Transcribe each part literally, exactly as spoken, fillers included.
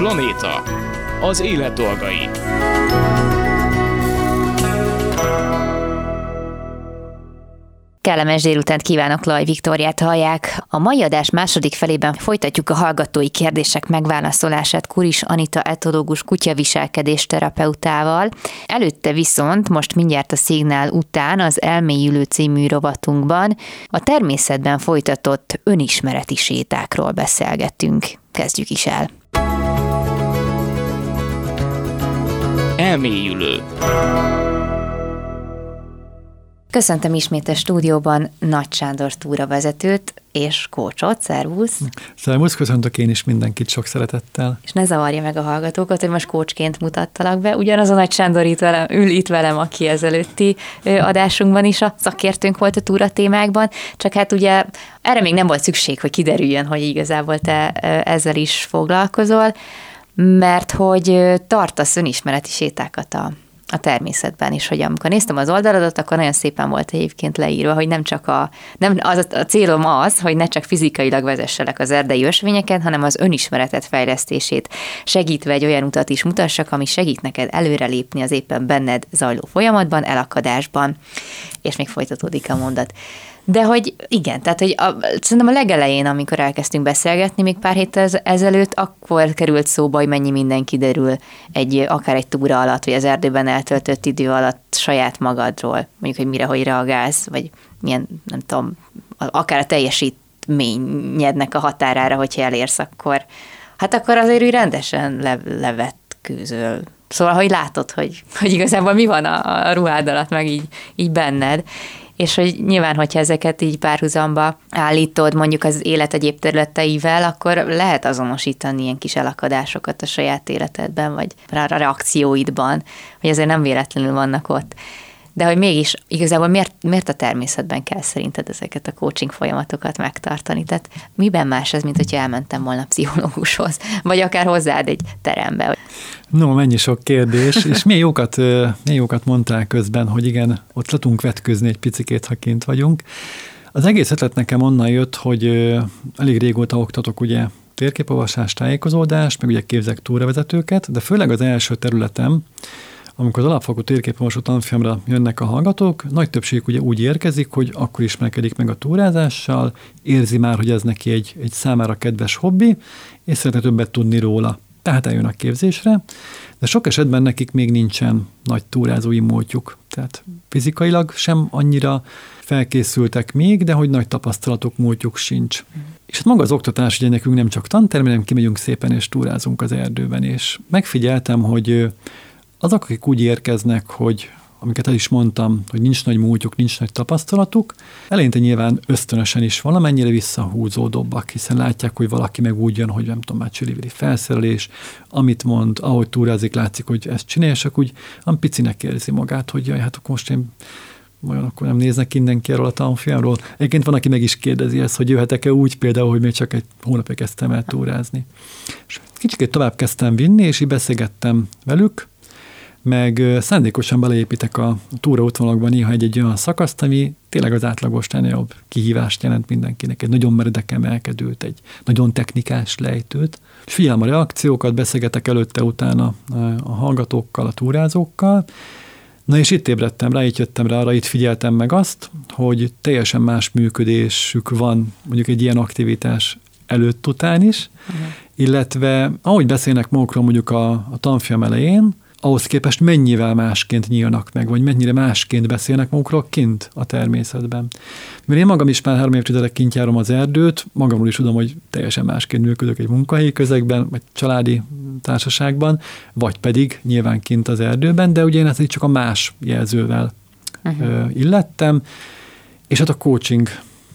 Planéta. Az élet dolgai. Kellemes délutánt kívánok, Laj Viktóriát hallják. A mai adás második felében folytatjuk a hallgatói kérdések megválaszolását Kuris Anita etológus kutyaviselkedés terapeutával. Előtte viszont most mindjárt a szignál után az Elmélyülő című rovatunkban a természetben folytatott önismereti sétákról beszélgettünk. Kezdjük is el. Elmélyülő. Köszöntöm ismét a stúdióban Nagy Sándor túravezetőt és kócsot. Szervusz! Szervusz, köszöntök én is mindenkit sok szeretettel. És ne zavarja meg a hallgatókat, hogy most kócsként mutattalak be. Ugyanaz a Nagy Sándor itt velem, ül itt velem, aki ezelőtti adásunkban is a szakértőnk volt a túra témákban, csak hát ugye erre még nem volt szükség, hogy kiderüljön, hogy igazából te ezzel is foglalkozol, mert hogy tartasz önismereti sétákat a a természetben is, hogy amikor néztem az oldaladat, akkor nagyon szépen volt egyébként leírva, hogy nem csak a, nem, az, a célom az, hogy ne csak fizikailag vezesselek az erdei ösvényeken, hanem az önismeretet fejlesztését segítve egy olyan utat is mutassak, ami segít neked előrelépni az éppen benned zajló folyamatban, elakadásban, és még folytatódik a mondat. De hogy igen, tehát hogy a, szerintem a legelején, amikor elkezdtünk beszélgetni, még pár héttel ezelőtt, akkor került szóba, hogy mennyi minden kiderül egy, akár egy túra alatt, vagy az erdőben eltöltött idő alatt saját magadról, mondjuk, hogy mire, hogy reagálsz, vagy milyen, nem tudom, akár a teljesítményednek a határára, hogyha elérsz, akkor hát akkor azért úgy rendesen le, levetkőzöl. Szóval, hogy látod, hogy, hogy igazából mi van a, a ruhád alatt, meg így, így benned. És hogy nyilván, hogyha ezeket így párhuzamba állítod mondjuk az élet egyéb területeivel, akkor lehet azonosítani ilyen kis elakadásokat a saját életedben, vagy a reakcióidban, hogy azért nem véletlenül vannak ott. De hogy mégis igazából miért, miért a természetben kell szerinted ezeket a coaching folyamatokat megtartani? Tehát miben más ez, mint hogyha elmentem volna pszichológushoz, vagy akár hozzád egy terembe? No, mennyi sok kérdés, és milyen jókat, milyen jókat mondtál közben, hogy igen, ott le tudunk vetközni egy picikét, ha kint vagyunk. Az egész ötlet nekem onnan jött, hogy elég régóta oktatok ugye térképolvasás, tájékozódást, meg ugye képzek túravezetőket, de főleg az első területem, amikor az alapfokú térképolvasó tanfolyamra jönnek a hallgatók, nagy többségük ugye úgy érkezik, hogy akkor ismerkedik meg a túrázással, érzi már, hogy ez neki egy, egy számára kedves hobbi, és szeretne többet tudni róla. Tehát eljön a képzésre, de sok esetben nekik még nincsen nagy túrázói múltjuk. Tehát fizikailag sem annyira felkészültek még, de hogy nagy tapasztalatok múltjuk sincs. Mm. És hát maga az oktatás, ugye nekünk nem csak tanterem, hanem kimegyünk szépen és túrázunk az erdőben, és megfigyeltem, hogy azok, akik úgy érkeznek, hogy amiket el is mondtam, hogy nincs nagy múltjuk, nincs nagy tapasztalatuk, eleinte nyilván ösztönösen is valamennyire visszahúzódóbbak, hiszen látják, hogy valaki meg úgy jön, hogy nem tudom, már csili-vili felszerelés, amit mond, ahogy túrázik, látszik, hogy ezt csinálja, és akkor úgy am picinek érzi magát, hogy jaj, hát akkor most én vajon akkor nem néznek mindenki erről a tanfolyamról. Egyébként van, aki meg is kérdezi ezt, hogy jöhetek-e úgy például, hogy még csak egy hónapig kezdtem el túrázni. És kicsit tovább kezdtem vinni, és így beszélgettem velük, meg szándékosan beleépítek a túraútvonalakban néha egy-egy olyan szakaszt, ami tényleg az átlagosnál nagyobb kihívást jelent mindenkinek. Egy nagyon meredek emelkedőt, egy nagyon technikás lejtőt. És figyelem a reakciókat, beszélgetek előtte-utána a hallgatókkal, a túrázókkal. Na és itt ébredtem rá, itt jöttem rá arra, itt figyeltem meg azt, hogy teljesen más működésük van mondjuk egy ilyen aktivitás előtt után is, uh-huh. illetve ahogy beszélnek magukról mondjuk a, a tanfolyam elején, ahhoz képest mennyivel másként nyílnak meg, vagy mennyire másként beszélnek magukról kint a természetben. Mert én magam is már három évtizedek kint járom az erdőt, magamról is tudom, hogy teljesen másként működök egy munkahelyi közegben, vagy családi társaságban, vagy pedig nyilván kint az erdőben, de ugye én ezt így csak a más jelzővel uh-huh. illettem, és hát a coaching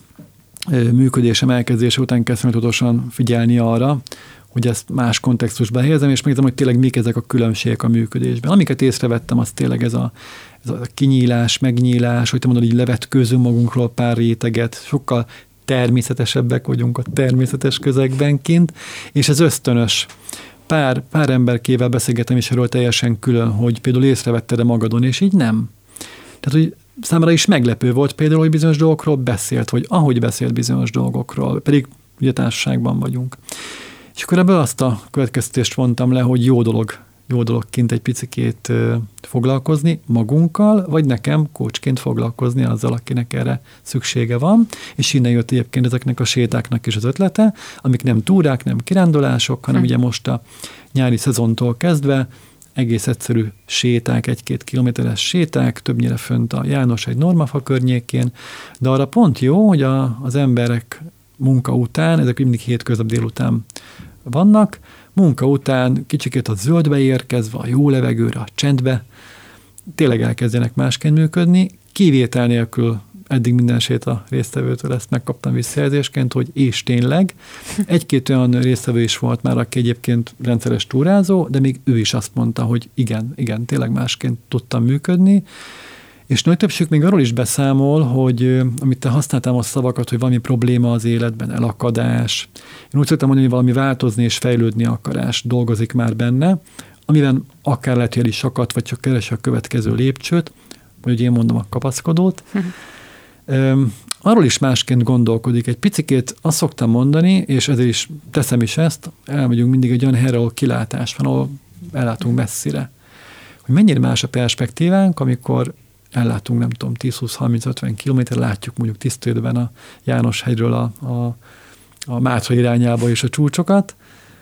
működésem elkezdése után kezdtem tudatosan figyelni arra, hogy ezt más kontextusba helyezem, és megnézem, hogy tényleg mik ezek a különbségek a működésben. Amiket észrevettem, az tényleg ez a, ez a kinyílás, megnyílás, hogy te mondod, hogy levetkőzünk magunkról pár réteget, sokkal természetesebbek vagyunk a természetes közegben kint, és ez ösztönös. Pár, pár emberkével beszélgetem is erről teljesen külön, hogy például észrevetted-e magadon, és így nem. Tehát, hogy számomra is meglepő volt például, hogy bizonyos dolgokról beszélt, vagy ahogy beszélt bizonyos dolgokról, pedig ugye társaságban vagyunk. És akkor ebből azt a következtetést vontam le, hogy jó dolog, jó dolog kint egy picikét foglalkozni magunkkal, vagy nekem coachként foglalkozni azzal, akinek erre szüksége van, és innen jött egyébként ezeknek a sétáknak is az ötlete, amik nem túrák, nem kirándulások, hanem hm. ugye most a nyári szezontól kezdve egész egyszerű séták, egy-két kilométeres séták, többnyire fönt a János egy Normafa környékén, de arra pont jó, hogy a, az emberek munka után, ezek mindig hétköznap délután vannak, munka után kicsikét a zöldbe érkezve, a jó levegőre, a csendbe, tényleg elkezdjenek másként működni, kivétel nélkül eddig minden séta résztvevőtől ezt megkaptam visszajelzésként, hogy és tényleg. Egy-két olyan résztvevő is volt már, aki egyébként rendszeres túrázó, de még ő is azt mondta, hogy igen, igen, tényleg másként tudtam működni, és nagy többség még arról is beszámol, hogy amit te használtál a szavakat, hogy valami probléma az életben, elakadás. Én úgy szoktam mondani, hogy valami változni és fejlődni akarás dolgozik már benne, amiben akár lehet, hogy el is akadt, vagy csak keresi a következő lépcsőt, vagy én mondom a kapaszkodót. Üm, arról is másként gondolkodik. Egy picikét azt szoktam mondani, és ezért is teszem is ezt, elmegyünk mindig egy olyan helyre, ahol kilátás van, ahol ellátunk messzire. Hogy mennyire más a perspektívánk, amikor ellátunk, nem tudom, tíz-húsz-harminc-ötven kilométer, látjuk mondjuk tisztődben a János-hegyről a, a, a Mátra irányába és a csúcsokat,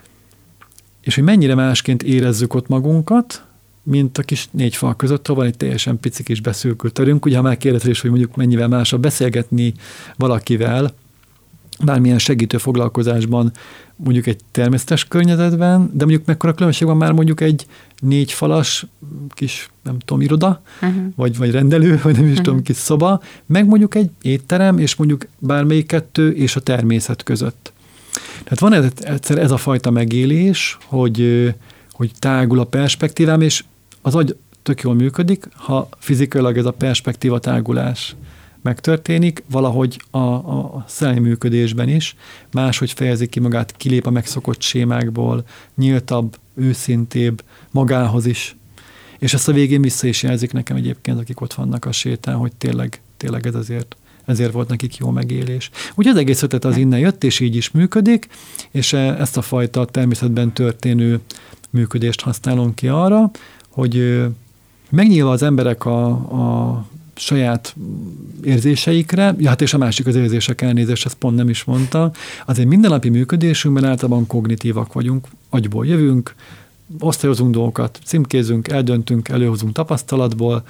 és hogy mennyire másként érezzük ott magunkat, mint a kis négy fal között, van egy teljesen pici kis beszűkült terünk. Ugye, ha már kérdezés, is, hogy mondjuk mennyivel másabb beszélgetni valakivel, bármilyen segítő foglalkozásban, mondjuk egy természetes környezetben, de mondjuk mekkora különbség van már mondjuk egy négy falas kis, nem tudom, iroda, uh-huh. vagy, vagy rendelő, vagy nem is uh-huh. tudom, kis szoba, meg mondjuk egy étterem, és mondjuk bármelyik kettő, és a természet között. Tehát van ez, egyszer ez a fajta megélés, hogy, hogy tágul a perspektívám, és az agy tök jól működik, ha fizikailag ez a perspektíva tágulás megtörténik, valahogy a, a szellemi működésben is, máshogy fejezi ki magát, kilép a megszokott sémákból, nyíltabb, őszintébb, magához is. És ezt a végén vissza is jelzik nekem egyébként, akik ott vannak a sétán, hogy tényleg, tényleg ez azért, ezért volt nekik jó megélés. Ugye az egész ötlet az innen jött, és így is működik, és ezt a fajta természetben történő működést használom ki arra, hogy megnyílva az emberek a, a saját érzéseikre, ja, hát és a másik az érzések elnézést, ezt pont nem is mondta, azért mindennapi működésünkben általában kognitívak vagyunk, agyból jövünk, osztályozunk dolgokat, címkézünk, eldöntünk, előhozunk tapasztalatból,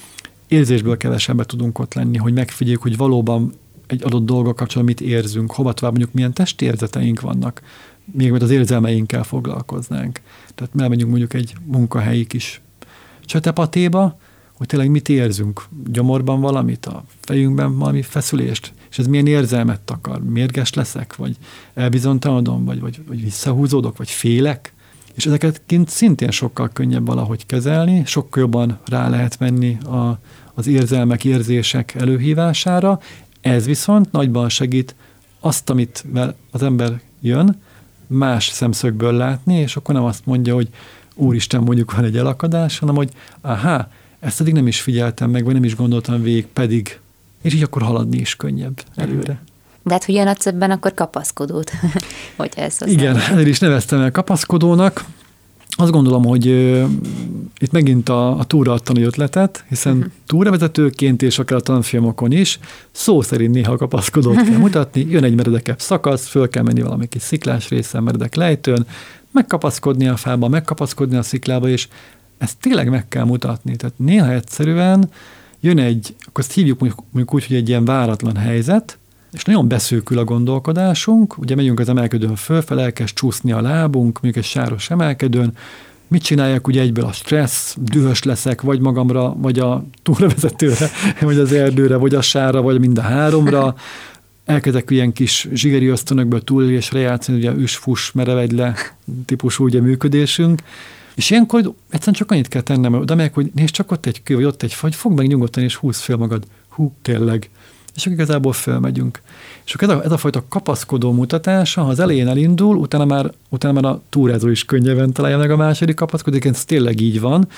érzésből kevesebbet tudunk ott lenni, hogy megfigyeljük, hogy valóban egy adott dolga kapcsolatban mit érzünk, hova tovább mondjuk milyen testi érzeteink vannak, még mert az érzelmeinkkel foglalkoznánk. Tehát elmegyünk mondjuk egy munkahelyi kis csötepatéba, hogy tényleg mit érzünk, gyomorban valamit, a fejünkben valami feszülést, és ez milyen érzelmet takar, mérges leszek, vagy elbizonytalanodom, vagy, vagy, vagy visszahúzódok, vagy félek, és ezeket kint szintén sokkal könnyebb valahogy kezelni, sokkal jobban rá lehet menni a, az érzelmek, érzések előhívására, ez viszont nagyban segít azt, amit az ember jön, más szemszögből látni, és akkor nem azt mondja, hogy úristen, mondjuk van egy elakadás, hanem hogy aha, ezt eddig nem is figyeltem meg, vagy nem is gondoltam végig, pedig, és így akkor haladni is könnyebb előre. De hát, hogy jön adsz ebben akkor kapaszkodót, hogy ez az. Igen, ezért is neveztem el kapaszkodónak. Azt gondolom, hogy uh, itt megint a, a túra adta a ötletet, hiszen uh-huh. túravezetőként és akár a tanfolyamokon is szó szerint néha a kapaszkodót kell mutatni, jön egy meredekebb szakasz, föl kell menni valami kis sziklás részen, meredek lejtőn, megkapaszkodni a fába, megkapaszkodni a sziklába, és ezt tényleg meg kell mutatni. Tehát néha egyszerűen jön egy, akkor ezt hívjuk mondjuk, mondjuk úgy, hogy egy ilyen váratlan helyzet, és nagyon beszűkül a gondolkodásunk, ugye megyünk az emelkedőn fölfel, elkezd csúszni a lábunk, mondjuk egy sáros emelkedőn, mit csináljak, ugye egyből a stressz, dühös leszek, vagy magamra, vagy a túravezetőre, vagy az erdőre, vagy a sárra, vagy mind a háromra, elkezdek ilyen kis zsigeri ösztönökből túlélésre játszani, ugye üs-fus, merevedj le típusú ugye működésünk, és ilyenkor egyszerűen csak annyit kell tennem, oda megyek, hogy nézd, csak ott egy kő, vagy ott egy fagy, fogd meg nyugodtan, és húzd fel magad. Hú, tényleg. És akkor igazából fölmegyünk. És akkor ez a, ez a fajta kapaszkodó mutatása, ha az elején elindul, utána már, utána már a túrázó is könnyebben találja meg a második kapaszkodót, ez tényleg így van,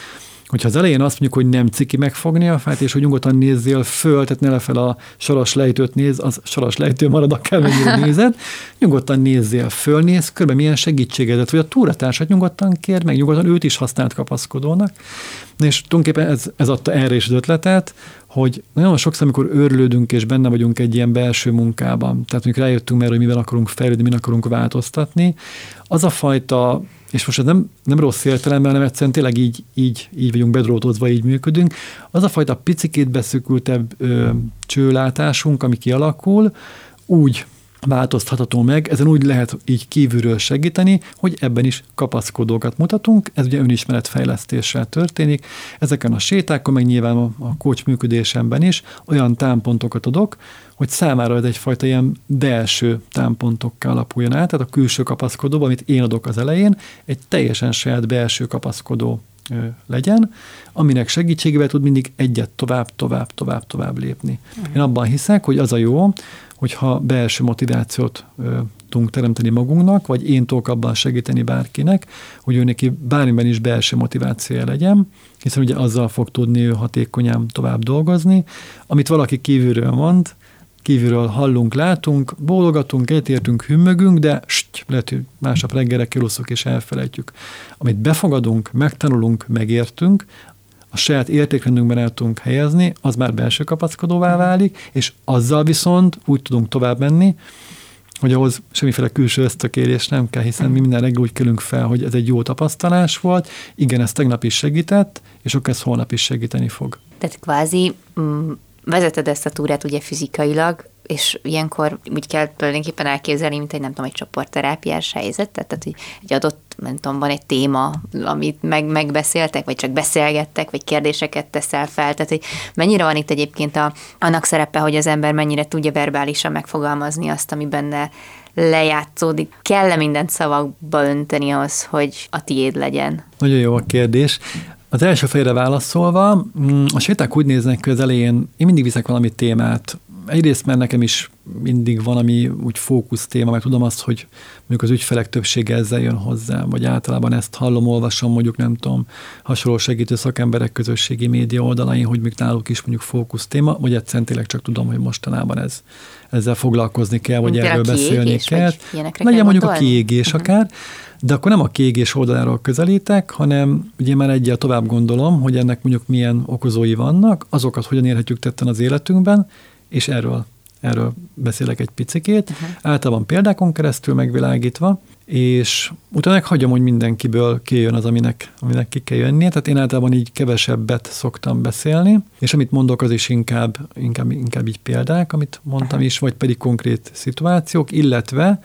hogyha az elején azt mondjuk, hogy nem ciki megfogni a fát, és hogy nyugodtan nézzél föl, tehát ne lefel a saras lejtőt néz, az saras lejtő marad, akármennyire nézed, nyugodtan nézzél föl, néz körbe milyen segítségedet, vagy a túratársat nyugodtan kérd meg, nyugodtan őt is használt kapaszkodónak. És tulajdonképpen ez, ez adta erre is az ötletet, hogy nagyon sokszor, amikor őrlődünk és benne vagyunk egy ilyen belső munkában, tehát mondjuk rájöttünk már, hogy mivel akarunk fejlődni, min akarunk változtatni, az a fajta, és most ez nem, nem rossz értelemben, hanem egyszerűen tényleg így, így, így vagyunk bedrótozva, így működünk, az a fajta picikét beszűkültebb ö, csőlátásunk, ami kialakul, úgy változtatható meg, ezen úgy lehet így kívülről segíteni, hogy ebben is kapaszkodókat mutatunk, ez ugye önismeretfejlesztéssel történik, ezeken a sétákon, meg nyilván a coach működésemben is olyan támpontokat adok, hogy számára ez egyfajta ilyen belső támpontokkal alapuljon át, tehát a külső kapaszkodóban, amit én adok az elején, egy teljesen saját belső kapaszkodó legyen, aminek segítségével tud mindig egyet tovább, tovább, tovább, tovább lépni. Uh-huh. Én abban hiszek, hogy az a jó, hogyha belső motivációt ö, tudunk teremteni magunknak, vagy én tudok abban segíteni bárkinek, hogy ő neki bármiben is belső motivációja legyen, hiszen ugye azzal fog tudni ő hatékonyan tovább dolgozni, amit valaki kívülről mond, kívülről hallunk, látunk, bólogatunk, egyetértünk, hümmögünk, de st, lehet, hogy másnap reggelre kilusszuk és elfelejtjük. Amit befogadunk, megtanulunk, megértünk, a saját értékrendünkben el tudunk helyezni, az már belső kapaszkodóvá válik, és azzal viszont úgy tudunk tovább menni, hogy ahhoz semmiféle külső ösztökélés nem kell, hiszen mi minden reggel úgy kelünk fel, hogy ez egy jó tapasztalás volt, igen, ez tegnap is segített, és akkor ez holnap is segíteni fog. Tehát kvázi mm, vezeted ezt a túrát ugye fizikailag, és ilyenkor úgy kell tulajdonképpen elképzelni, mint egy nem tudom, egy csoportterápiás helyzetet, tehát hogy egy adott, nem tudom, van egy téma, amit meg, megbeszéltek, vagy csak beszélgettek, vagy kérdéseket teszel fel, tehát hogy mennyire van itt egyébként a, annak szerepe, hogy az ember mennyire tudja verbálisan megfogalmazni azt, ami benne lejátszódik. Kell-e mindent szavakba önteni ahhoz, hogy a tiéd legyen? Nagyon jó a kérdés. Az első fejre válaszolva, a séták úgy néznek, hogy az elején én mindig viszek valami témát. Egyrészt, mert nekem is mindig van, ami úgy fókusz téma, mert tudom azt, hogy mondjuk az ügyfelek többsége ezzel jön hozzá, vagy általában ezt hallom, olvasom, mondjuk nem tudom, hasonló segítő szakemberek közösségi média oldalain, hogy még náluk is mondjuk fókusz téma, vagy egyszerűen tényleg csak tudom, hogy mostanában ez, ezzel foglalkozni kell, vagy erről beszélni kell. Legyen mondjuk a kiégés uh-huh. akár, de akkor nem a kiégés oldaláról közelítek, hanem ugye már egyel tovább gondolom, hogy ennek mondjuk milyen okozói vannak, azokat hogyan érhetjük tetten az életünkben, és erről, erről beszélek egy picikét, uh-huh. általában példákon keresztül megvilágítva, és utána hagyom, hogy mindenkiből kijön az, aminek, aminek ki kell jönnie, tehát én általában így kevesebbet szoktam beszélni, és amit mondok, az is inkább, inkább, inkább így példák, amit mondtam uh-huh. is, vagy pedig konkrét szituációk, illetve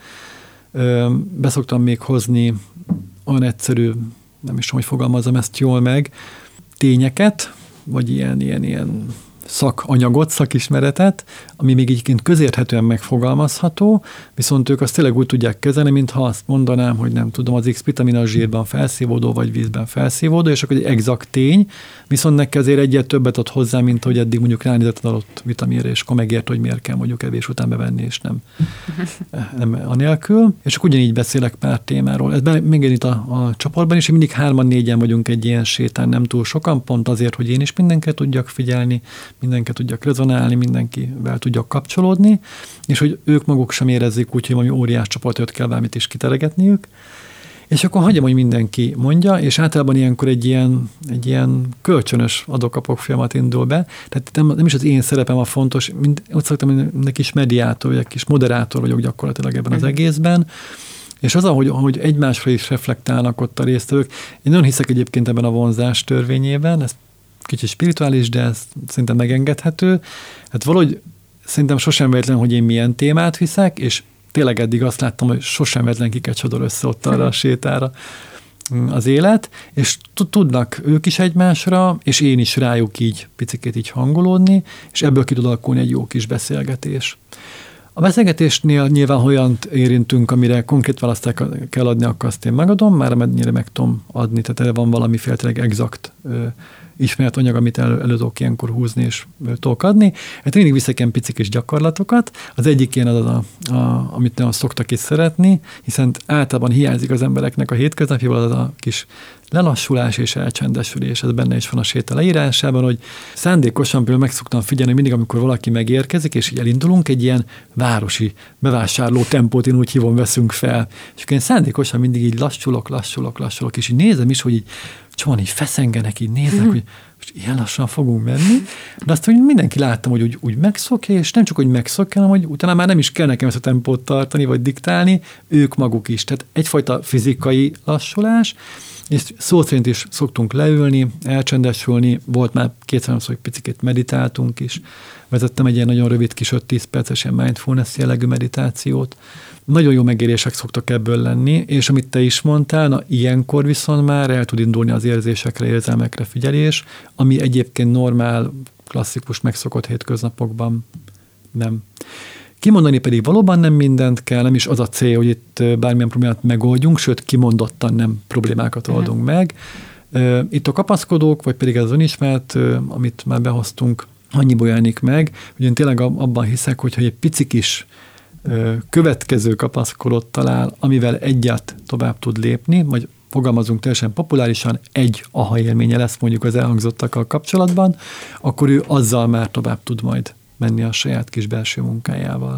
ö, beszoktam még hozni olyan egyszerű, nem is tudom, hogy fogalmazom ezt jól meg, tényeket, vagy ilyen, ilyen, ilyen szakanyagot, szakismeretet, ami még egyébként közérthetően megfogalmazható, viszont ők azt tényleg úgy tudják kezelni, mintha azt mondanám, hogy nem tudom, az X-vitamin a zsírban felszívódó, vagy vízben felszívódó, és akkor egy exakt tény, viszont neki azért egyet többet ad hozzá, mint hogy eddig mondjuk ránézett adott vitaminra, és akkor megért, hogy miért kell mondjuk evés után bevenni, és nem, nem anélkül. És akkor ugyanígy beszélek pár témáról. Ez még itt a, a csoportban is, hogy mindig hárman, négyen vagyunk egy ilyen sétán, nem túl sokan, pont azért, hogy én is mindenkire tudjak figyelni, mindenki tudjak rezonálni, mindenkivel tudjak kapcsolódni, és hogy ők maguk sem érezzék úgy, hogy valami óriás csoportot kell valamit is kiteregetniük. És akkor hagyom, hogy mindenki mondja, és általában ilyenkor egy ilyen, egy ilyen kölcsönös adok-kapok folyamat indul be. Tehát nem, nem is az én szerepem a fontos, mint, úgy szoktam, hogy egy kis mediátor, vagy egy kis moderátor vagyok gyakorlatilag ebben az egészben. És az, ahogy, ahogy egymásra is reflektálnak ott a résztvevők, én nagyon hiszek egyébként ebben a vonzás törvényében, ez kicsit spirituális, de ez szerintem megengedhető. Hát valahogy szerintem sosem véletlen, hogy én milyen témát viszek, és tényleg eddig azt láttam, hogy sosem véletlen kiket sodor össze ott arra a sétára az élet, és tudnak ők is egymásra, és én is rájuk így picikét így hangolódni, és ebből ki tud alakulni egy jó kis beszélgetés. A beszélgetésnél nyilván olyan érintünk, amire konkrét választ kell adni, akkor azt én megadom, már amennyire meg tudom adni, tehát erre van valamiféle tényleg exakt ismert anyag, amit el, elő tudok ilyenkor húzni és tudok adni. Hát mindig viszek ilyen picik kis gyakorlatokat. Az egyik ilyen az, a, a, amit nagyon szoktak is szeretni, hiszen általában hiányzik az embereknek a hétköznapjában az a kis lelassulás és elcsendesülés, ez benne is van a séta leírásában, hogy szándékosan például meg szoktam figyelni, mindig, amikor valaki megérkezik, és így elindulunk, egy ilyen városi bevásárló tempót, én úgy hívom, veszünk fel. És én szándékosan mindig így lassulok, lassulok, lassulok, és így nézem is, hogy így csomóan így feszengenek, így néznek, mm. hogy most ilyen lassan fogunk menni, de azt, hogy mindenki láttam, hogy úgy, úgy megszokja, és nem csak, hogy megszokja, hanem, hogy utána már nem is kell nekem ezt a tempót tartani, vagy diktálni, ők maguk is. Tehát egyfajta fizikai lassulás, és szó szerint is szoktunk leülni, elcsendesülni, volt már kétszer-háromszor, hogy picit meditáltunk is, vezettem egy ilyen nagyon rövid kis öt-tíz perces ilyen mindfulness jellegű meditációt. Nagyon jó megérések szoktak ebből lenni, és amit te is mondtál, na ilyenkor viszont már el tud indulni az érzésekre, érzelmekre figyelés, ami egyébként normál, klasszikus, megszokott hétköznapokban nem. Kimondani pedig valóban nem mindent kell, nem is az a cél, hogy itt bármilyen problémát megoldjunk, sőt kimondottan nem problémákat oldunk uh-huh. meg. Itt a kapaszkodók, vagy pedig ez az önismeret, amit már behoztunk, annyiból jelenik meg, hogy én tényleg abban hiszek, hogyha egy pici kis következő kapaszkodót talál, amivel egyet tovább tud lépni, vagy fogalmazunk teljesen populárisan, egy aha élménye lesz mondjuk az elhangzottakkal kapcsolatban, akkor ő azzal már tovább tud majd menni a saját kis belső munkájával.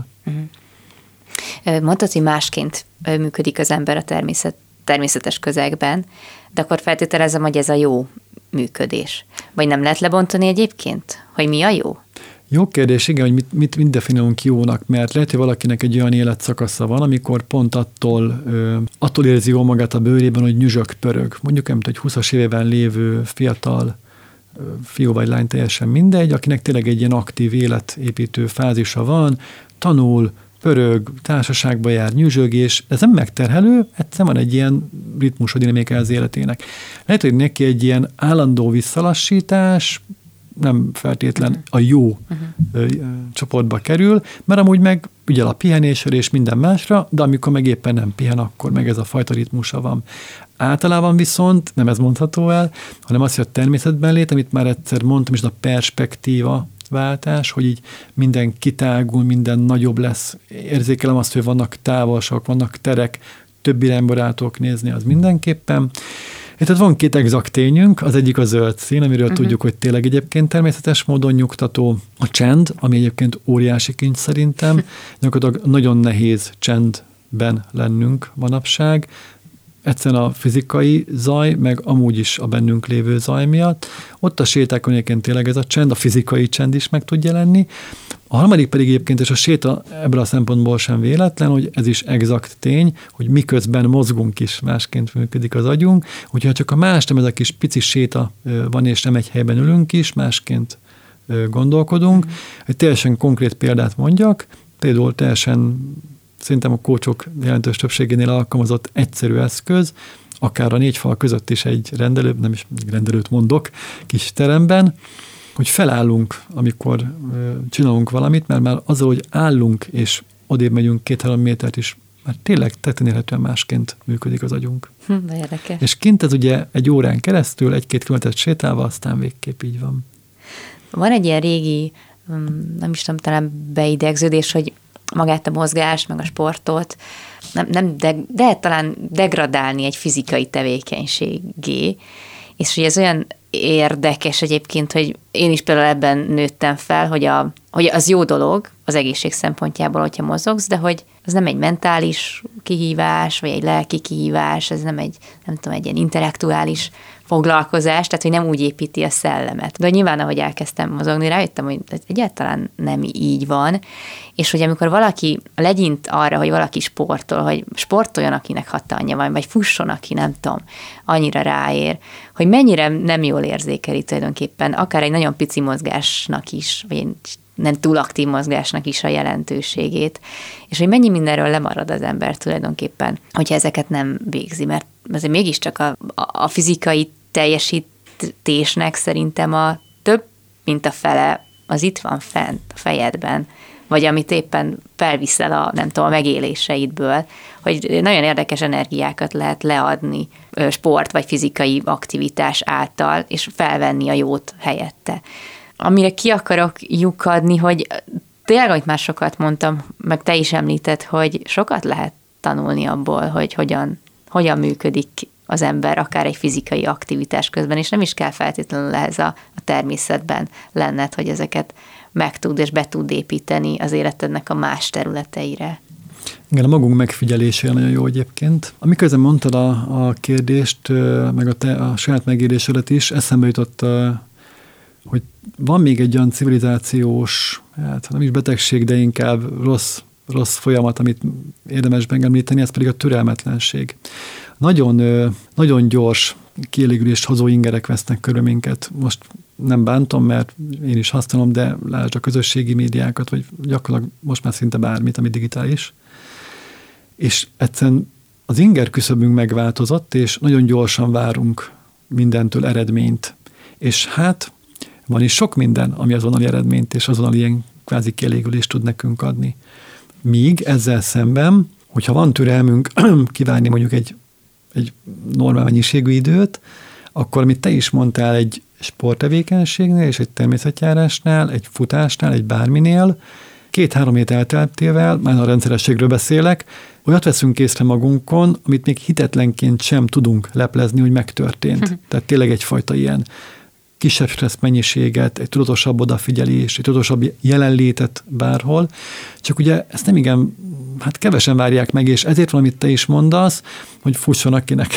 Uh-huh. Mondtad, hogy másként működik az ember a természet, természetes közegben, de akkor feltételezem, hogy ez a jó működés. Vagy nem lehet lebontani egyébként, hogy mi a jó? Jó kérdés, igen, hogy mit, mit, mit definiálunk jónak, mert lehet, hogy valakinek egy olyan életszakasza van, amikor pont attól, ö, attól érzi jól magát a bőrében, hogy nyüzsök, pörög. Mondjuk nem egy húszas évében lévő fiatal ö, fiú vagy lány, teljesen mindegy, akinek tényleg egy ilyen aktív életépítő fázisa van, tanul, pörög, társaságba jár, nyüzsög, és ez nem megterhelő, egyszerűen van egy ilyen ritmus, a dinamika az életének. Lehet, hogy neki egy ilyen állandó visszalassítás, nem feltétlen a jó uh-huh. csoportba kerül, mert amúgy meg ügyel a pihenésre és minden másra, de amikor meg éppen nem pihen, akkor meg ez a fajta ritmusa van. Általában viszont nem ez mondható el, hanem az, hogy a természetben lét, amit már egyszer mondtam, és a perspektíva váltás, hogy így minden kitágul, minden nagyobb lesz. Érzékelem azt, hogy vannak távolságok, vannak terek, több irányba rá tudok nézni, az mindenképpen. Tehát van két exakt tényünk, az egyik a zöld szín, amiről uh-huh. tudjuk, hogy tényleg egyébként természetes módon nyugtató. A csend, ami egyébként óriási kincs szerintem, gyakorlatilag nagyon nehéz csendben lennünk manapság. Egyszerűen a fizikai zaj, meg amúgy is a bennünk lévő zaj miatt. Ott a sétákon egyébként tényleg ez a csend, a fizikai csend is meg tud jelenni. A harmadik pedig egyébként, és a séta ebből a szempontból sem véletlen, hogy ez is exakt tény, hogy miközben mozgunk is, másként működik az agyunk, hogyha csak a más, nem ez a kis pici séta van, és nem egy helyben ülünk is, másként gondolkodunk. Egy teljesen konkrét példát mondjak, például teljesen szerintem a kócsok jelentős többségénél alkalmazott egyszerű eszköz, akár a négy fal között is egy rendelő, nem is rendelőt mondok, kis teremben, hogy felállunk, amikor ö, csinálunk valamit, mert már azzal, hogy állunk és odébb megyünk két-három métert is, már tényleg tetten érhetően másként működik az agyunk. Hm, érdekes. És kint ez ugye egy órán keresztül, egy-két kilométert sétálva, aztán végképp így van. Van egy ilyen régi, nem is tudom, talán beidegződés, hogy magát a mozgást, meg a sportot, nem, nem de, de talán degradálni egy fizikai tevékenységé, és hogy ez olyan érdekes egyébként, hogy én is például ebben nőttem fel, hogy, a, hogy az jó dolog az egészség szempontjából, hogyha mozogsz, de hogy az nem egy mentális kihívás, vagy egy lelki kihívás, ez nem egy, nem tudom, egy ilyen intellektuális foglalkozás, tehát hogy nem úgy építi a szellemet. De nyilván, ahogy elkezdtem mozogni, rájöttem, hogy ez egyáltalán nem így van, és hogy amikor valaki legyint arra, hogy valaki sportol, hogy sportoljon, akinek hatalma van, vagy fusson, aki nem tudom, annyira ráér, hogy mennyire nem jól érzékeli tulajdonképpen, akár egy nagyon pici mozgásnak is, vagy egy nem túl aktív mozgásnak is a jelentőségét, és hogy mennyi mindenről lemarad az ember tulajdonképpen, hogyha ezeket nem végzi, mert azért mégiscsak a, a fizikai teljesítésnek szerintem a több, mint a fele, az itt van fent a fejedben, vagy amit éppen felviszel a, nem tudom, a megéléseidből, hogy nagyon érdekes energiákat lehet leadni sport vagy fizikai aktivitás által, és felvenni a jót helyette. Amire ki akarok lyukadni, hogy tényleg, amit már sokat mondtam, meg te is említed, hogy sokat lehet tanulni abból, hogy hogyan, hogyan működik az ember akár egy fizikai aktivitás közben, és nem is kell feltétlenül ehhez a, a természetben lenned, hogy ezeket meg tud és be tud építeni az életednek a más területeire. Igen, a magunk megfigyelésére nagyon jó egyébként. Amikor mondtad a, a kérdést, meg a, te, a saját megélésedet is, eszembe jutott, hogy van még egy olyan civilizációs, hát nem is betegség, de inkább rossz, rossz folyamat, amit érdemes megemlíteni, ez pedig a türelmetlenség. Nagyon, nagyon gyors kielégülést hozó ingerek vesznek körül minket. Most nem bántom, mert én is használom, de lásd a közösségi médiákat, vagy gyakorlatilag most már szinte bármit, ami digitális. És egyszerűen az inger küszöbünk megváltozott, és nagyon gyorsan várunk mindentől eredményt. És hát van is sok minden, ami azonnali eredményt és azonnali ilyen kvázi kielégülést tud nekünk adni. Míg ezzel szemben, hogyha van türelmünk kivárni mondjuk egy, egy normál mennyiségű időt, akkor, amit te is mondtál, egy sporttevékenységnél és egy természetjárásnál, egy futásnál, egy bárminél, két-három hét elteltével, már a rendszerességről beszélek, olyat veszünk észre magunkon, amit még hitetlenként sem tudunk leplezni, hogy megtörtént. Tehát tényleg egyfajta ilyen kisebb stressz mennyiséget, egy tudatosabb odafigyelés, egy tudatosabb jelenlétet bárhol, csak ugye ezt nem igen, hát kevesen várják meg, és ezért van, amit te is mondasz, hogy fusson akinek.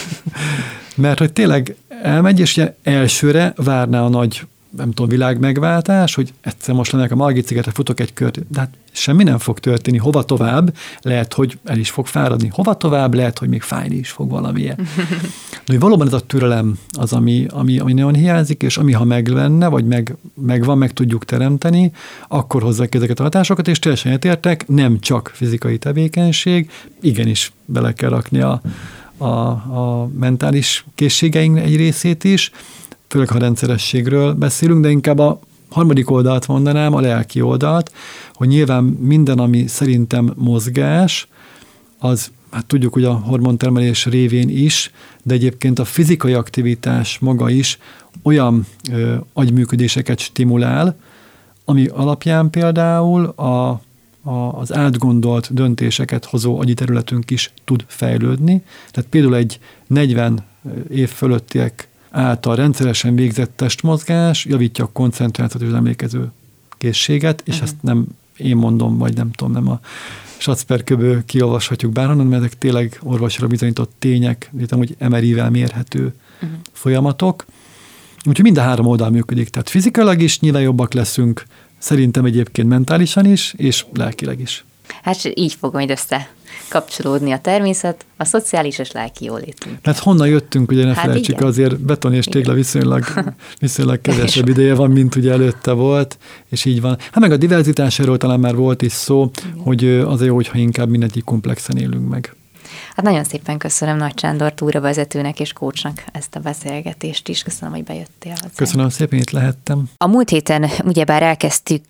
Mert hogy tényleg elmegy, és ugye elsőre várná a nagy, nem tudom, világ megváltás, hogy egyszer most lennek a Margit szigetre, futok egy kört, de hát semmi nem fog történni. Hova tovább? Lehet, hogy el is fog fáradni. Hova tovább? Lehet, hogy még fájni is fog valamilyen. De hogy valóban ez a türelem az, ami, ami, ami nagyon hiányzik, és ami ha meg lenne, vagy meg, megvan, meg tudjuk teremteni, akkor hozzák ezeket a hatásokat, és teljesen egyetértek, nem csak fizikai tevékenység, igenis bele kell rakni a, a, a mentális készségeink egy részét is, főleg ha rendszerességről beszélünk, de inkább a harmadik oldalt mondanám, a lelki oldalt, hogy nyilván minden, ami szerintem mozgás, az, hát tudjuk, hogy a hormontermelés révén is, de egyébként a fizikai aktivitás maga is olyan ö, agyműködéseket stimulál, ami alapján például a, a, az átgondolt döntéseket hozó agyi területünk is tud fejlődni. Tehát például egy negyven év fölöttiek által rendszeresen végzett testmozgás javítja a koncentrációt és az emlékező készséget, és uh-huh. ezt nem én mondom, vagy nem tudom, nem a Schatzper-köből kiolvashatjuk bárhonnan, mert ezek tényleg orvosra bizonyított tények, hogy em er i-vel mérhető uh-huh. folyamatok. Úgyhogy mind a három oldal működik, tehát fizikailag is nyilván jobbak leszünk, szerintem egyébként mentálisan is, és lelkileg is. Hát így fog majd össze kapcsolódni a természet, a szociális és lelki jólétünk. Hát honnan jöttünk, ugye ne hát felejtsük, igen. Azért beton és tégla viszonylag, viszonylag kevesebb ideje van, mint ugye előtte volt, és így van. Hát meg a diverzitásáról talán már volt is szó, igen. hogy az a jó, hogyha inkább mindegyik komplexen élünk meg. Hát nagyon szépen köszönöm Nagy Sándor túravezetőnek és coachnak ezt a beszélgetést is. Köszönöm, hogy bejöttél hozzá. Köszönöm szépen, itt lehettem. A múlt héten ugyebár elkezdtük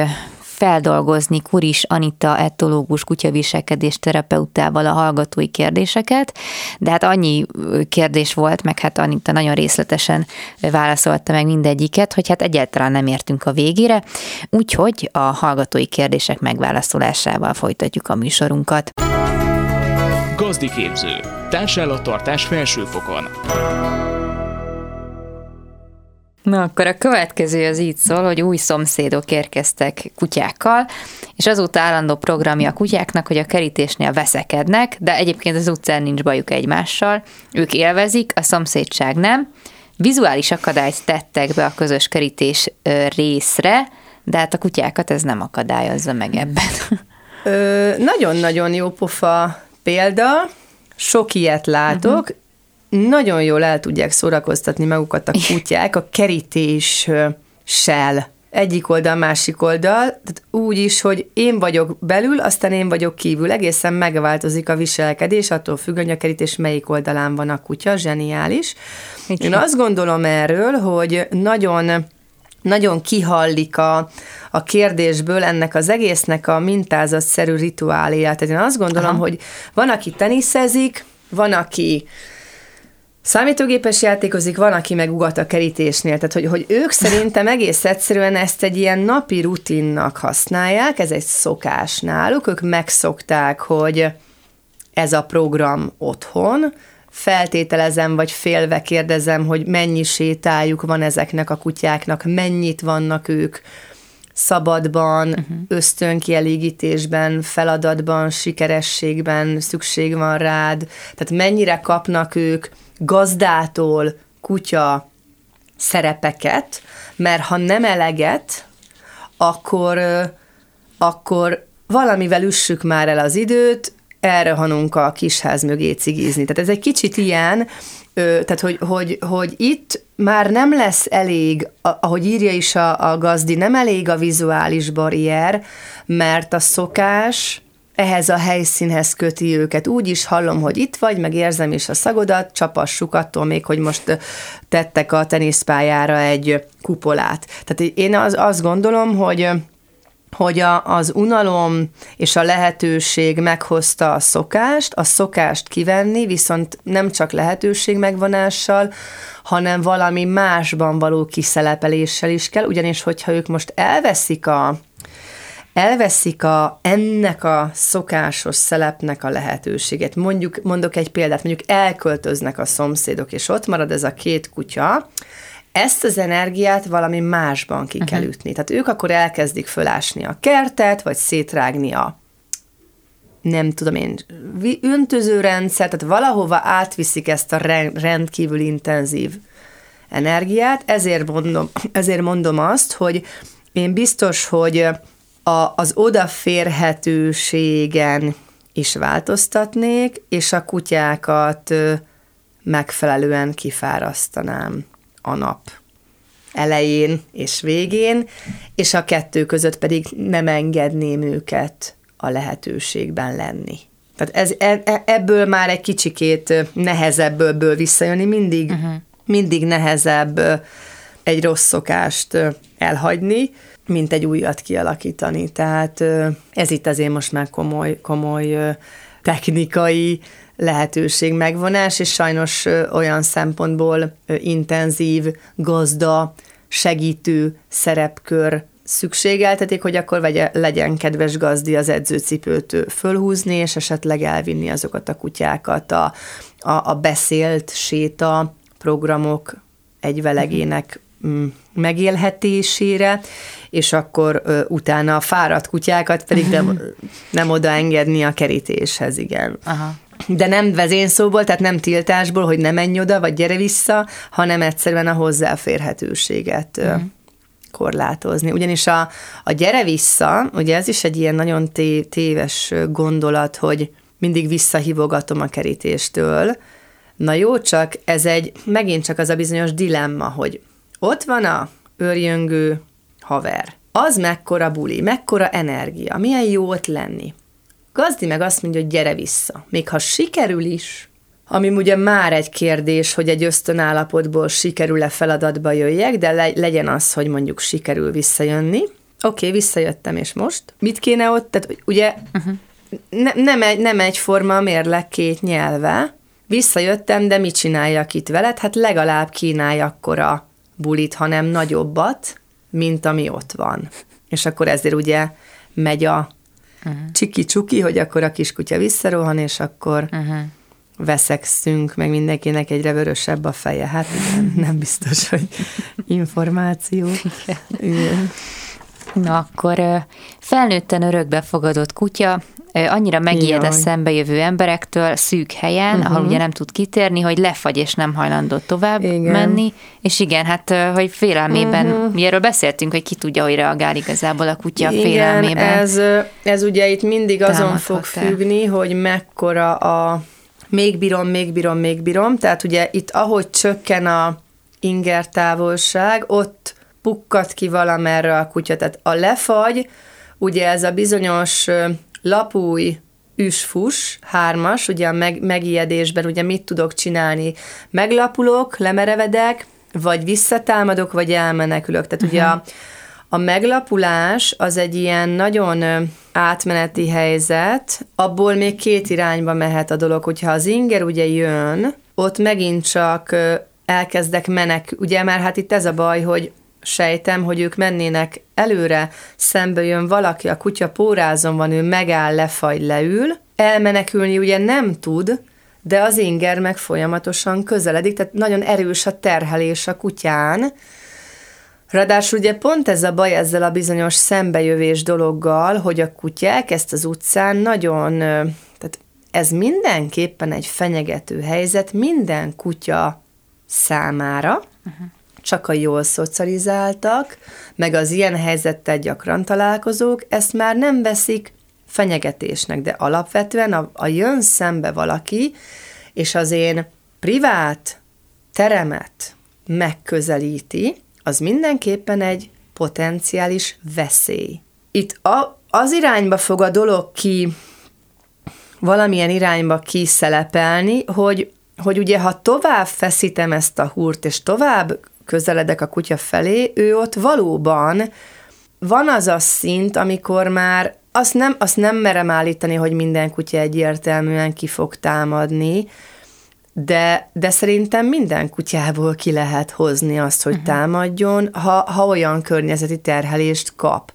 feldolgozni Kuris Anita etológus kutyaviselkedés terapeutával a hallgatói kérdéseket, de hát annyi kérdés volt, meg hát Anita nagyon részletesen válaszolta meg mindegyiket, hogy hát egyáltalán nem értünk a végére, úgyhogy a hallgatói kérdések megválaszolásával folytatjuk a műsorunkat. Gazdiképző. Társállattartás felsőfokon. Na, akkor a következő az így szól, hogy új szomszédok érkeztek kutyákkal, és azóta állandó programja a kutyáknak, hogy a kerítésnél veszekednek, de egyébként az utcán nincs bajuk egymással. Ők élvezik, a szomszédság nem. Vizuális akadályt tettek be a közös kerítés részre, de hát a kutyákat ez nem akadályozza meg ebben. Ö, nagyon-nagyon jó pofa példa, sok ilyet látok, uh-huh. Nagyon jól el tudják szórakoztatni magukat a kutyák a kerítéssel. Egyik oldal, másik oldal, tehát úgy is, hogy én vagyok belül, aztán én vagyok kívül. Egészen megváltozik a viselkedés, attól függ, hogy a kerítés melyik oldalán van a kutya, zseniális. Én azt gondolom erről, hogy nagyon, nagyon kihallik a, a kérdésből ennek az egésznek a mintázatszerű rituáléját. Tehát én azt gondolom, Aha. hogy van, aki teniszezik, van, aki számítógépes játékozik, van, aki meg ugat a kerítésnél. Tehát, hogy, hogy ők szerintem egész egyszerűen ezt egy ilyen napi rutinnak használják, ez egy szokás náluk, ők megszokták, hogy ez a program otthon, feltételezem, vagy félve kérdezem, hogy mennyi sétájuk van ezeknek a kutyáknak, mennyit vannak ők szabadban, uh-huh. ösztönkielégítésben, feladatban, sikerességben, szükség van rád, tehát mennyire kapnak ők gazdától kutya szerepeket, mert ha nem eleget, akkor, akkor valamivel üssük már el az időt, elrohanunk a kisház mögé cigizni. Tehát ez egy kicsit ilyen, tehát hogy, hogy, hogy itt már nem lesz elég, ahogy írja is a, a gazdi, nem elég a vizuális barrier, mert a szokás ehhez a helyszínhez köti őket. Úgy is hallom, hogy itt vagy, meg érzem is a szagodat, csapassuk attól még, hogy most tettek a teniszpályára egy kupolát. Tehát én az, azt gondolom, hogy hogy a, az unalom és a lehetőség meghozta a szokást, a szokást kivenni, viszont nem csak lehetőség megvonással, hanem valami másban való kiszelepeléssel is kell, ugyanis hogyha ők most elveszik a elveszik a, ennek a szokásos szelepnek a lehetőséget. Mondjuk, mondok egy példát, mondjuk elköltöznek a szomszédok, és ott marad ez a két kutya, ezt az energiát valami másban ki kell ütni. Tehát ők akkor elkezdik fölásni a kertet, vagy szétrágni a nem tudom én, öntözőrendszer, tehát valahova átviszik ezt a rendkívül intenzív energiát, ezért mondom, ezért mondom azt, hogy én biztos, hogy a, az odaférhetőségen is változtatnék, és a kutyákat megfelelően kifárasztanám a nap elején és végén, és a kettő között pedig nem engedném őket a lehetőségben lenni. Tehát ez, ebből már egy kicsikét nehezebből visszajönni, mindig, uh-huh. mindig nehezebb egy rossz szokást elhagyni, mint egy újat kialakítani. Tehát ez itt azért most már komoly, komoly technikai lehetőség megvonás, és sajnos olyan szempontból intenzív, gazda, segítő szerepkör szükségeltetik, hogy akkor vegye, legyen kedves gazdi az edzőcipőt fölhúzni, és esetleg elvinni azokat a kutyákat a, a, a beszélt séta programok egyvelegének mm. megélhetésére, és akkor ö, utána a fáradt kutyákat pedig nem, nem oda engedni a kerítéshez, igen. Aha. De nem vezényszóból, tehát nem tiltásból, hogy ne menj oda, vagy gyere vissza, hanem egyszerűen a hozzáférhetőséget uh-huh. korlátozni. Ugyanis a, a gyere vissza, ugye ez is egy ilyen nagyon té- téves gondolat, hogy mindig visszahívogatom a kerítéstől. Na jó, csak ez egy, megint csak az a bizonyos dilemma, hogy ott van a őrjöngő haver. Az mekkora buli, mekkora energia, milyen jó ott lenni. Gazdi meg azt mondja, hogy gyere vissza. Még ha sikerül is, ami ugye már egy kérdés, hogy egy ösztönállapotból sikerül-e feladatba jöjjek, de le, legyen az, hogy mondjuk sikerül visszajönni. Oké, okay, visszajöttem, és most? Mit kéne ott? Tehát ugye uh-huh. ne, nem, egy, nem egyforma a mérleg két nyelve. Visszajöttem, de mit csináljak itt veled? Hát legalább kínálj akkora bulit, hanem nagyobbat, mint ami ott van. És akkor ezért ugye megy a uh-huh. csiki-csuki, hogy akkor a kiskutya visszarohan, és akkor uh-huh. veszekszünk, meg mindenkinek egyre vörösebb a feje. Hát igen, nem biztos, hogy információ. Igen. Na akkor felnőtten örökbefogadott kutya, annyira megijed a szembejövő emberektől szűk helyen, uh-huh. ahol ugye nem tud kitérni, hogy lefagy és nem hajlandó tovább igen. menni, és igen, hát hogy félelmében, uh-huh. mi erről beszéltünk, hogy ki tudja, hogy reagál igazából a kutya igen, félelmében. Ez, ez ugye itt mindig azon fog függni, hogy mekkora a még bírom, még bírom, még bírom, tehát ugye itt ahogy csökken a inger távolság, ott pukkad ki valamerre a kutya, tehát a lefagy, ugye ez a bizonyos lapúj, üsfus, hármas, ugye a meg, megijedésben ugye mit tudok csinálni? Meglapulok, lemerevedek, vagy visszatámadok, vagy elmenekülök. Tehát uh-huh. ugye a, a meglapulás az egy ilyen nagyon átmeneti helyzet, abból még két irányba mehet a dolog, hogyha az inger ugye jön, ott megint csak elkezdek menekülni, ugye már hát itt ez a baj, hogy sejtem, hogy ők mennének előre, szembe jön valaki, a kutya pórázon van, ő megáll, lefagy, leül, elmenekülni ugye nem tud, de az inger meg folyamatosan közeledik, tehát nagyon erős a terhelés a kutyán. Ráadásul ugye pont ez a baj ezzel a bizonyos szembejövés dologgal, hogy a kutya elkezd az utcán nagyon, tehát ez mindenképpen egy fenyegető helyzet minden kutya számára, uh-huh. csak a jól szocializáltak, meg az ilyen helyzettel gyakran találkozók, ezt már nem veszik fenyegetésnek, de alapvetően a, a jön szembe valaki, és az én privát teremet megközelíti, az mindenképpen egy potenciális veszély. Itt a, az irányba fog a dolog ki, valamilyen irányba kiszelepelni, hogy, hogy ugye ha tovább feszítem ezt a húrt, és tovább közeledek a kutya felé, ő ott valóban van az a szint, amikor már azt nem, azt nem merem állítani, hogy minden kutya egyértelműen ki fog támadni, de, de szerintem minden kutyából ki lehet hozni azt, hogy uh-huh. támadjon, ha, ha olyan környezeti terhelést kap.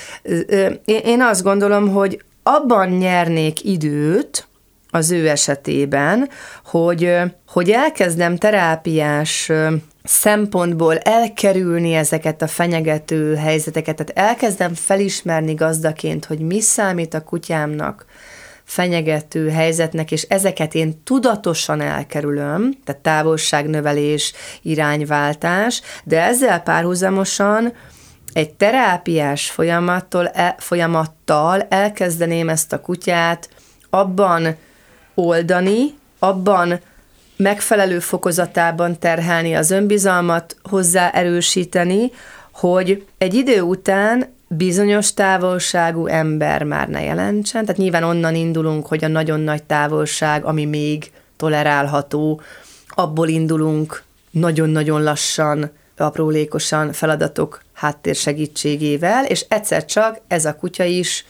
Én, én azt gondolom, hogy abban nyernék időt az ő esetében, hogy, hogy elkezdem terápiás szempontból elkerülni ezeket a fenyegető helyzeteket, tehát elkezdem felismerni gazdaként, hogy mi számít a kutyámnak fenyegető helyzetnek, és ezeket én tudatosan elkerülöm, tehát távolságnövelés, irányváltás, de ezzel párhuzamosan egy terápiás folyamattól, el, folyamattal elkezdeném ezt a kutyát abban oldani, abban megfelelő fokozatában terhelni az önbizalmat, hozzá erősíteni, hogy egy idő után bizonyos távolságú ember már ne jelentsen, tehát nyilván onnan indulunk, hogy a nagyon nagy távolság, ami még tolerálható, abból indulunk nagyon-nagyon lassan, aprólékosan feladatok háttér segítségével, és egyszer csak ez a kutya is,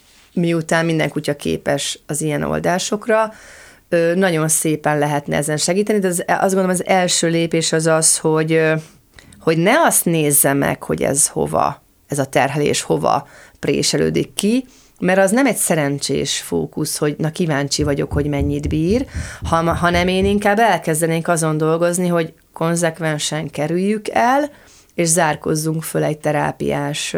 miután minden kutya képes az ilyen oldásokra, nagyon szépen lehetne ezen segíteni, de az, azt gondolom az első lépés az az, hogy, hogy ne azt nézze meg, hogy ez hova, ez a terhelés hova préselődik ki, mert az nem egy szerencsés fókusz, hogy na kíváncsi vagyok, hogy mennyit bír, hanem én inkább elkezdenénk azon dolgozni, hogy konzekvensen kerüljük el, és zárkozzunk föl egy terápiás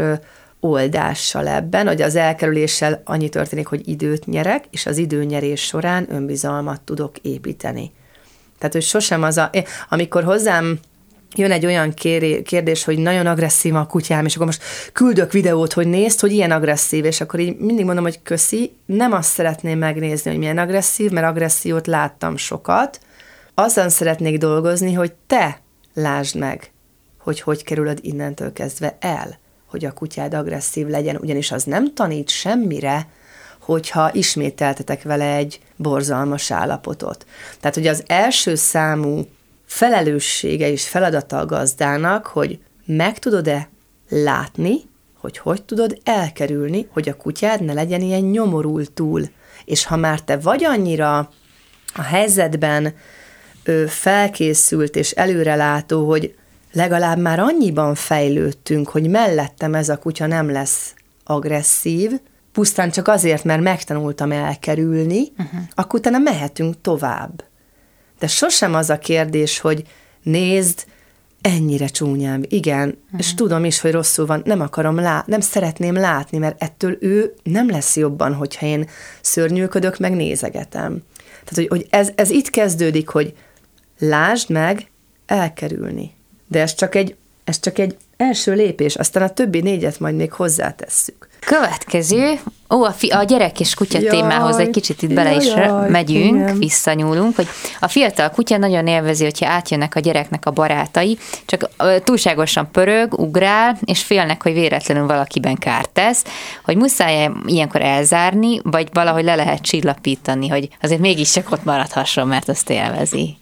oldással ebben, hogy az elkerüléssel annyi történik, hogy időt nyerek, és az időnyerés során önbizalmat tudok építeni. Tehát, hogy sosem az a... Amikor hozzám jön egy olyan kérdés, hogy nagyon agresszív a kutyám, és akkor most küldök videót, hogy nézd, hogy ilyen agresszív, és akkor így mindig mondom, hogy köszi, nem azt szeretném megnézni, hogy milyen agresszív, mert agressziót láttam sokat. Azon szeretnék dolgozni, hogy te lásd meg, hogy hogy kerülöd innentől kezdve el, hogy a kutyád agresszív legyen, ugyanis az nem tanít semmire, hogyha ismételtetek vele egy borzalmas állapotot. Tehát, hogy az első számú felelőssége és feladata a gazdának, hogy meg tudod-e látni, hogy hogy tudod elkerülni, hogy a kutyád ne legyen ilyen nyomorultul. És ha már te vagy annyira a helyzetben ö, felkészült és előrelátó, hogy legalább már annyiban fejlődtünk, hogy mellettem ez a kutya nem lesz agresszív, pusztán csak azért, mert megtanultam elkerülni, uh-huh. akkor utána mehetünk tovább. De sosem az a kérdés, hogy nézd, ennyire csúnyán, igen, uh-huh. és tudom is, hogy rosszul van, nem akarom látni, nem szeretném látni, mert ettől ő nem lesz jobban, hogyha én szörnyűködök, meg nézegetem. Tehát, hogy, hogy ez, ez itt kezdődik, hogy lásd meg elkerülni. De ez csak egy, ez csak egy első lépés, aztán a többi négyet majd még hozzátesszük. Következő, ó, a, fi, a gyerek és kutya jaj, témához egy kicsit itt bele jaj, is jaj, megyünk, igen. visszanyúlunk, hogy a fiatal kutya nagyon élvezi, hogyha átjönnek a gyereknek a barátai, csak túlságosan pörög, ugrál, és félnek, hogy véletlenül valakiben kárt tesz, hogy muszáj ilyenkor elzárni, vagy valahogy le lehet csillapítani, hogy azért mégiscsak ott maradhasson, mert azt élvezi.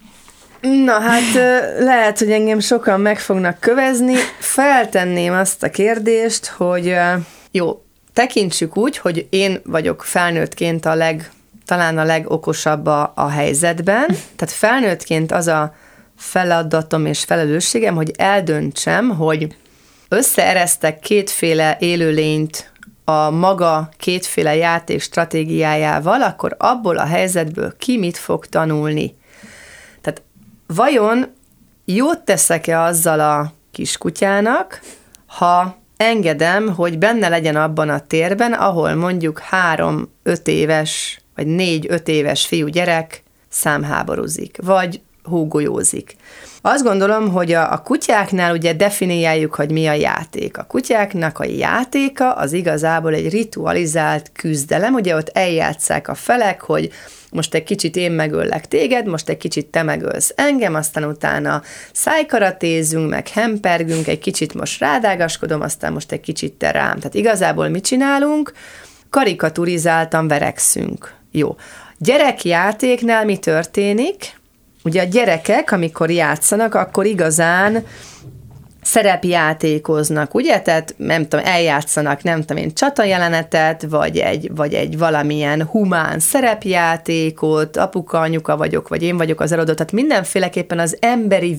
Na hát lehet, hogy engem sokan meg fognak kövezni. Feltenném azt a kérdést, hogy jó, tekintsük úgy, hogy én vagyok felnőttként a leg, talán a legokosabb a, a helyzetben, tehát felnőttként az a feladatom és felelősségem, hogy eldöntsem, hogy összeeresztek kétféle élőlényt a maga kétféle játék stratégiájával, akkor abból a helyzetből ki mit fog tanulni. Tehát vajon jót teszek-e azzal a kiskutyának, ha engedem, hogy benne legyen abban a térben, ahol mondjuk három-öt éves, vagy négy-öt éves fiú gyerek számháborúzik, vagy húgolyózik. Azt gondolom, hogy a, a kutyáknál ugye definiáljuk, hogy mi a játék. A kutyáknak a játéka az igazából egy ritualizált küzdelem, ugye ott eljátsszák a felek, hogy most egy kicsit én megöllek téged, most egy kicsit te megölsz engem, aztán utána szájkaratézünk, meg hempergünk, egy kicsit most rádágaskodom, aztán most egy kicsit te rám. Tehát igazából mit csinálunk? Karikaturizáltan verekszünk. Jó. Gyerekjátéknál mi történik? Ugye a gyerekek, amikor játszanak, akkor igazán szerepjátékoznak, ugye? Tehát nem tudom, eljátszanak, nem tudom én, csatajelenetet, vagy egy, vagy egy valamilyen humán szerepjátékot, apuka, anyuka vagyok, vagy én vagyok az eladó, tehát mindenféleképpen az emberi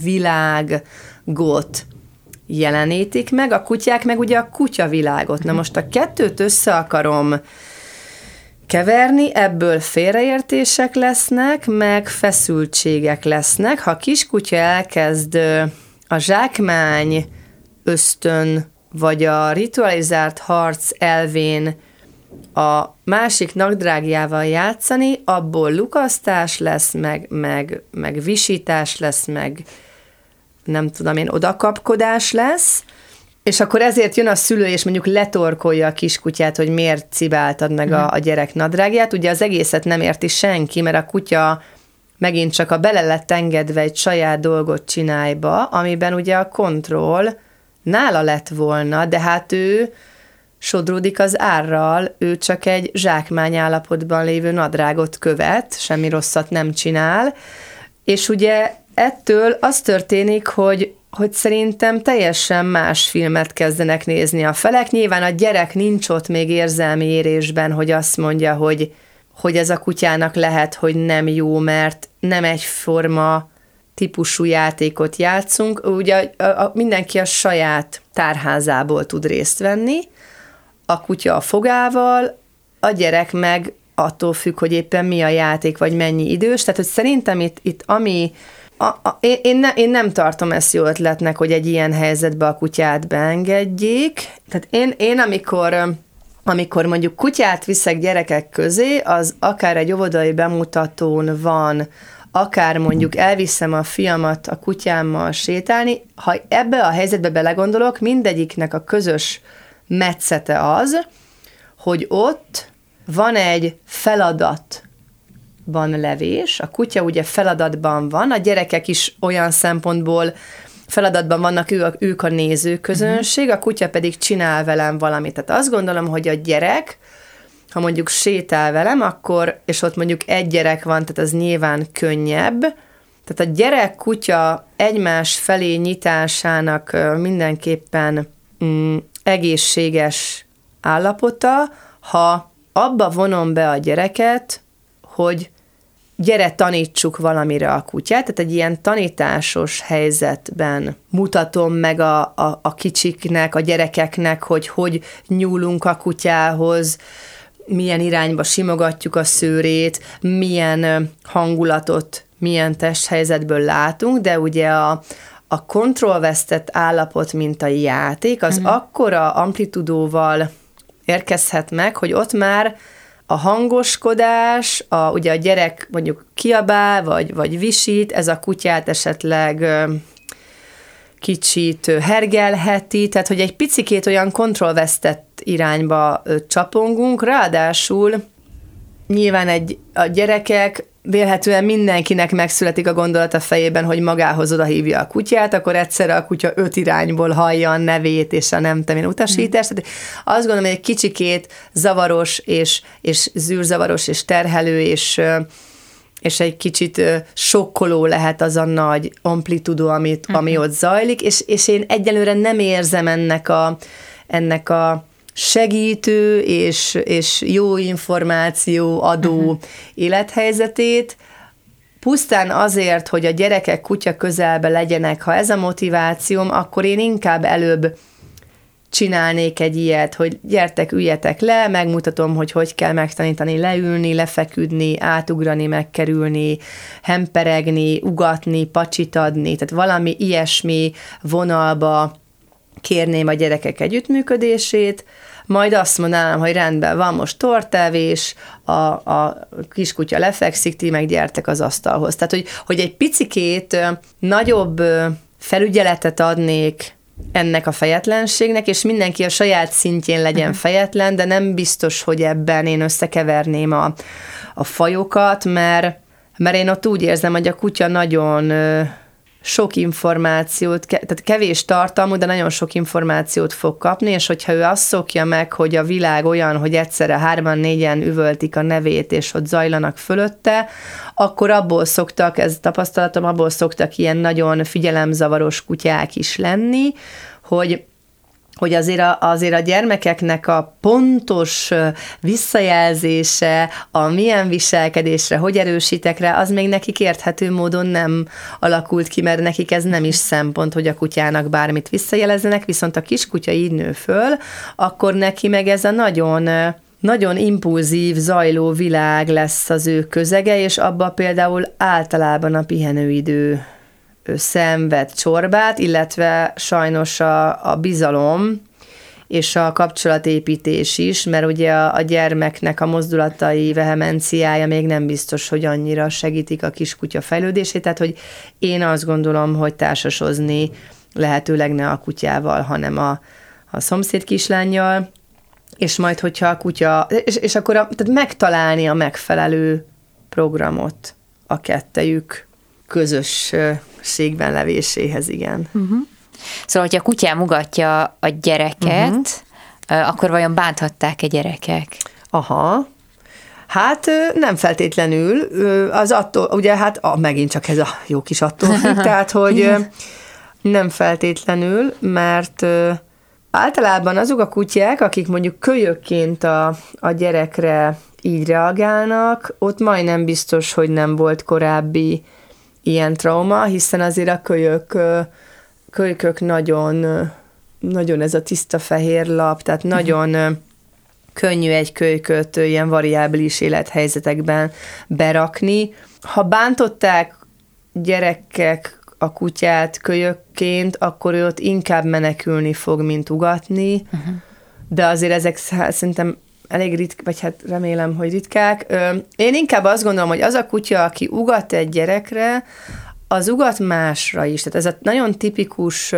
világot jelenítik meg, a kutyák meg ugye a kutyavilágot. Na most a kettőt össze akarom keverni, ebből félreértések lesznek, meg feszültségek lesznek. Ha a kiskutya elkezd a zsákmány ösztön, vagy a ritualizált harc elvén a másik nadrágjával játszani, abból lukasztás lesz, meg, meg, meg visítás lesz, meg nem tudom én, odakapkodás lesz, és akkor ezért jön a szülő, és mondjuk letorkolja a kiskutyát, hogy miért cibáltad meg a, a gyerek nadrágját. Ugye az egészet nem érti senki, mert a kutya megint csak a bele lett engedve egy saját dolgot csinálba, amiben ugye a kontroll nála lett volna, de hát ő sodródik az árral, ő csak egy zsákmány állapotban lévő nadrágot követ, semmi rosszat nem csinál, és ugye ettől az történik, hogy hogy szerintem teljesen más filmet kezdenek nézni a felek. Nyilván a gyerek nincs ott még érzelmi érésben, hogy azt mondja, hogy, hogy ez a kutyának lehet, hogy nem jó, mert nem egyforma típusú játékot játszunk. Ugye a, a, mindenki a saját tárházából tud részt venni, a kutya a fogával, a gyerek meg attól függ, hogy éppen mi a játék, vagy mennyi idős. Tehát, hogy szerintem itt, itt ami A, a, én, én, ne, én nem tartom ezt jó ötletnek, hogy egy ilyen helyzetbe a kutyát beengedjék. Tehát én, én amikor, amikor mondjuk kutyát viszek gyerekek közé, az akár egy óvodai bemutatón van, akár mondjuk elviszem a fiamat a kutyámmal sétálni, ha ebbe a helyzetbe belegondolok, mindegyiknek a közös metszete az, hogy ott van egy feladat, van levés, a kutya ugye feladatban van, a gyerekek is olyan szempontból feladatban vannak, ő, ők a nézőközönség, a kutya pedig csinál velem valamit. Tehát azt gondolom, hogy a gyerek, ha mondjuk sétál velem, akkor, és ott mondjuk egy gyerek van, tehát az nyilván könnyebb, tehát a gyerek-kutya egymás felé nyitásának mindenképpen mm, egészséges állapota, ha abba vonom be a gyereket, hogy gyere, tanítsuk valamire a kutyát, tehát egy ilyen tanításos helyzetben mutatom meg a, a, a kicsiknek, a gyerekeknek, hogy hogy nyúlunk a kutyához, milyen irányba simogatjuk a szőrét, milyen hangulatot, milyen testhelyzetből látunk, de ugye a, a kontrollvesztett állapot, mint a játék, az uh-huh. akkora amplitudóval érkezhet meg, hogy ott már a hangoskodás, a, ugye a gyerek mondjuk kiabál, vagy, vagy visít, ez a kutyát esetleg ö, kicsit ö, hergelheti, tehát hogy egy picikét olyan kontrollvesztett irányba ö, csapongunk, ráadásul nyilván egy, a gyerekek vélhetően mindenkinek megszületik a gondolat a fejében, hogy magához odahívja a kutyát, akkor egyszerre a kutya öt irányból hallja a nevét és a nem tudom én utasítást. Mm. Azt gondolom, hogy egy kicsikét zavaros és, és zűrzavaros és terhelő és, és egy kicsit sokkoló lehet az a nagy amplitudó, amit, mm. ami ott zajlik, és, és én egyelőre nem érzem ennek a, ennek a segítő és, és jó információ adó uh-huh. élethelyzetét, pusztán azért, hogy a gyerekek kutya közelbe legyenek, ha ez a motivációm, akkor én inkább előbb csinálnék egy ilyet, hogy gyertek, üljetek le, megmutatom, hogy hogy kell megtanítani leülni, lefeküdni, átugrani, megkerülni, hemperegni, ugatni, pacsit adni, tehát valami ilyesmi vonalba kérném a gyerekek együttműködését, majd azt mondanám, hogy rendben van, most tortevés, a, a kiskutya lefekszik, ti meg gyertek az asztalhoz. Tehát, hogy, hogy egy picikét nagyobb felügyeletet adnék ennek a fejetlenségnek, és mindenki a saját szintjén legyen fejetlen, de nem biztos, hogy ebben én összekeverném a, a fajokat, mert, mert én ott úgy érzem, hogy a kutya nagyon sok információt, tehát kevés tartalmú, de nagyon sok információt fog kapni, és hogyha ő azt szokja meg, hogy a világ olyan, hogy egyszerre hárman, négyen üvöltik a nevét, és ott zajlanak fölötte, akkor abból szoktak, ez tapasztalatom, abból szoktak ilyen nagyon figyelemzavaros kutyák is lenni, hogy hogy azért a, azért a gyermekeknek a pontos visszajelzése, a milyen viselkedésre, hogy erősítek rá, az még nekik érthető módon nem alakult ki, mert nekik ez nem is szempont, hogy a kutyának bármit visszajelezzenek, viszont a kiskutya így nő föl, akkor neki meg ez a nagyon, nagyon impulzív, zajló világ lesz az ő közege, és abba például általában a pihenőidő szenved csorbát, illetve sajnos a, a bizalom és a kapcsolatépítés is, mert ugye a, a gyermeknek a mozdulatai, vehemenciája még nem biztos, hogy annyira segítik a kiskutya fejlődését, tehát hogy én azt gondolom, hogy társasozni lehetőleg ne a kutyával, hanem a, a szomszéd kislánnyal, és majd, hogyha a kutya, és, és akkor a, tehát megtalálni a megfelelő programot a kettejük közösségben levéséhez, igen. Uh-huh. Szóval, hogyha a kutyám ugatja a gyereket, uh-huh. akkor vajon bánthatták-e gyerekek? Aha. Hát nem feltétlenül, az attól, ugye hát ah, megint csak ez a jó kis attól függ, tehát, hogy nem feltétlenül, mert általában azok a kutyák, akik mondjuk kölyökként a, a gyerekre így reagálnak, ott majdnem biztos, hogy nem volt korábbi ilyen trauma, hiszen azért a kölyök, kölykök nagyon, nagyon ez a tiszta fehér lap, tehát nagyon könnyű egy kölyköt ilyen variábilis élethelyzetekben berakni. Ha bántották gyerekek a kutyát kölyökként, akkor ő ott inkább menekülni fog, mint ugatni, uh-huh. de azért ezek szerintem elég ritkák, vagy hát remélem, hogy ritkák. Én inkább azt gondolom, hogy az a kutya, aki ugat egy gyerekre, az ugat másra is. Tehát ez a nagyon tipikus,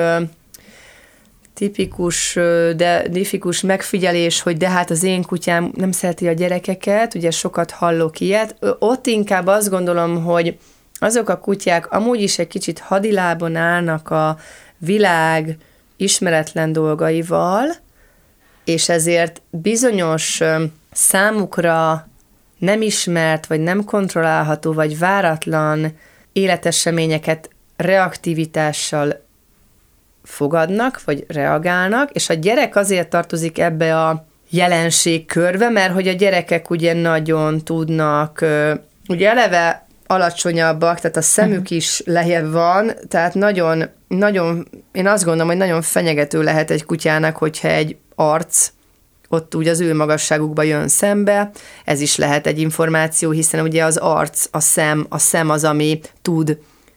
tipikus, de diffikus megfigyelés, hogy de hát az én kutyám nem szereti a gyerekeket, ugye sokat hallok ilyet. Ott inkább azt gondolom, hogy azok a kutyák amúgy is egy kicsit hadilábon állnak a világ ismeretlen dolgaival, és ezért bizonyos számukra nem ismert, vagy nem kontrollálható, vagy váratlan életeseményeket reaktivitással fogadnak, vagy reagálnak, és a gyerek azért tartozik ebbe a jelenségkörbe, mert hogy a gyerekek ugye nagyon tudnak, ugye eleve alacsonyabbak, tehát a szemük is lejjebb van, tehát nagyon, nagyon, én azt gondolom, hogy nagyon fenyegető lehet egy kutyának, hogyha egy arc ott úgy az ő magasságukba jön szembe, ez is lehet egy információ, hiszen ugye az arc, a szem, a szem az, ami tud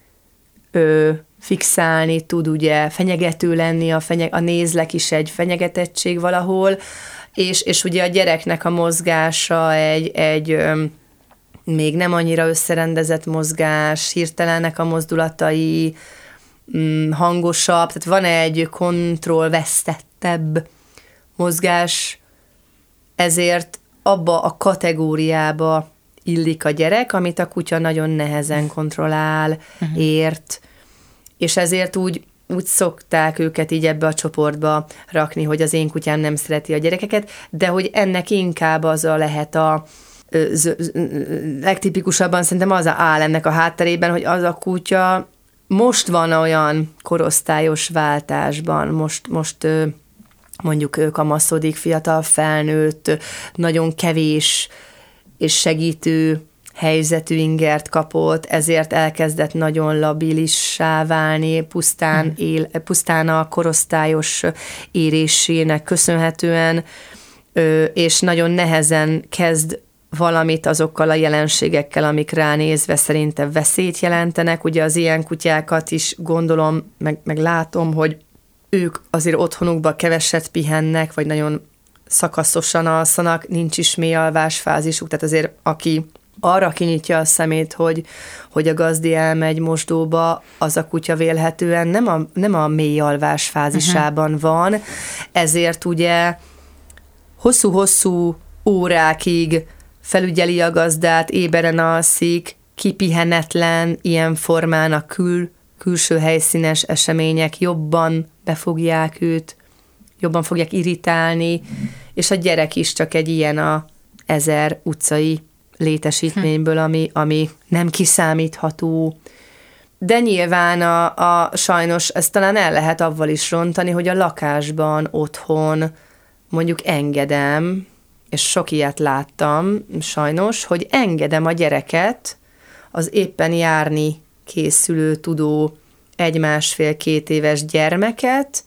ö, fixálni, tud ugye fenyegető lenni, a, fenyeg, a nézlek is egy fenyegetettség valahol, és, és ugye a gyereknek a mozgása egy, egy ö, még nem annyira összerendezett mozgás, hirtelenek a mozdulatai, mm, hangosabb, tehát van egy kontrollvesztettebb mozgás, ezért abba a kategóriába illik a gyerek, amit a kutya nagyon nehezen kontrollál, uh-huh. ért, és ezért úgy, úgy szokták őket így ebbe a csoportba rakni, hogy az én kutyám nem szereti a gyerekeket, de hogy ennek inkább az a lehet a z- z- legtipikusabban szerintem az áll ennek a hátterében, hogy az a kutya most van olyan korosztályos váltásban, most, most mondjuk kamaszodik, fiatal felnőtt, nagyon kevés és segítő helyzetű ingert kapott, ezért elkezdett nagyon labilissá válni, pusztán, él, pusztán a korosztályos érésének köszönhetően, és nagyon nehezen kezd valamit azokkal a jelenségekkel, amik ránézve szerintem veszélyt jelentenek. Ugye az ilyen kutyákat is gondolom, meg, meg látom, hogy ők azért otthonukban keveset pihennek, vagy nagyon szakaszosan alszanak, nincs is mély alvásfázisuk, tehát azért aki arra kinyitja a szemét, hogy, hogy a gazdi elmegy mosdóba, az a kutya vélhetően nem a, nem a mély alvás fázisában uh-huh. van, ezért ugye hosszú-hosszú órákig felügyeli a gazdát, éberen alszik, kipihenetlen, ilyen formán a kül, külső helyszínes események jobban befogják őt, jobban fogják irritálni, és a gyerek is csak egy ilyen a ezer utcai létesítményből, ami, ami nem kiszámítható. De nyilván a, a sajnos ezt talán el lehet avval is rontani, hogy a lakásban, otthon mondjuk engedem, és sok ilyet láttam sajnos, hogy engedem a gyereket, az éppen járni készülő, tudó egy-másfél-két éves gyermeket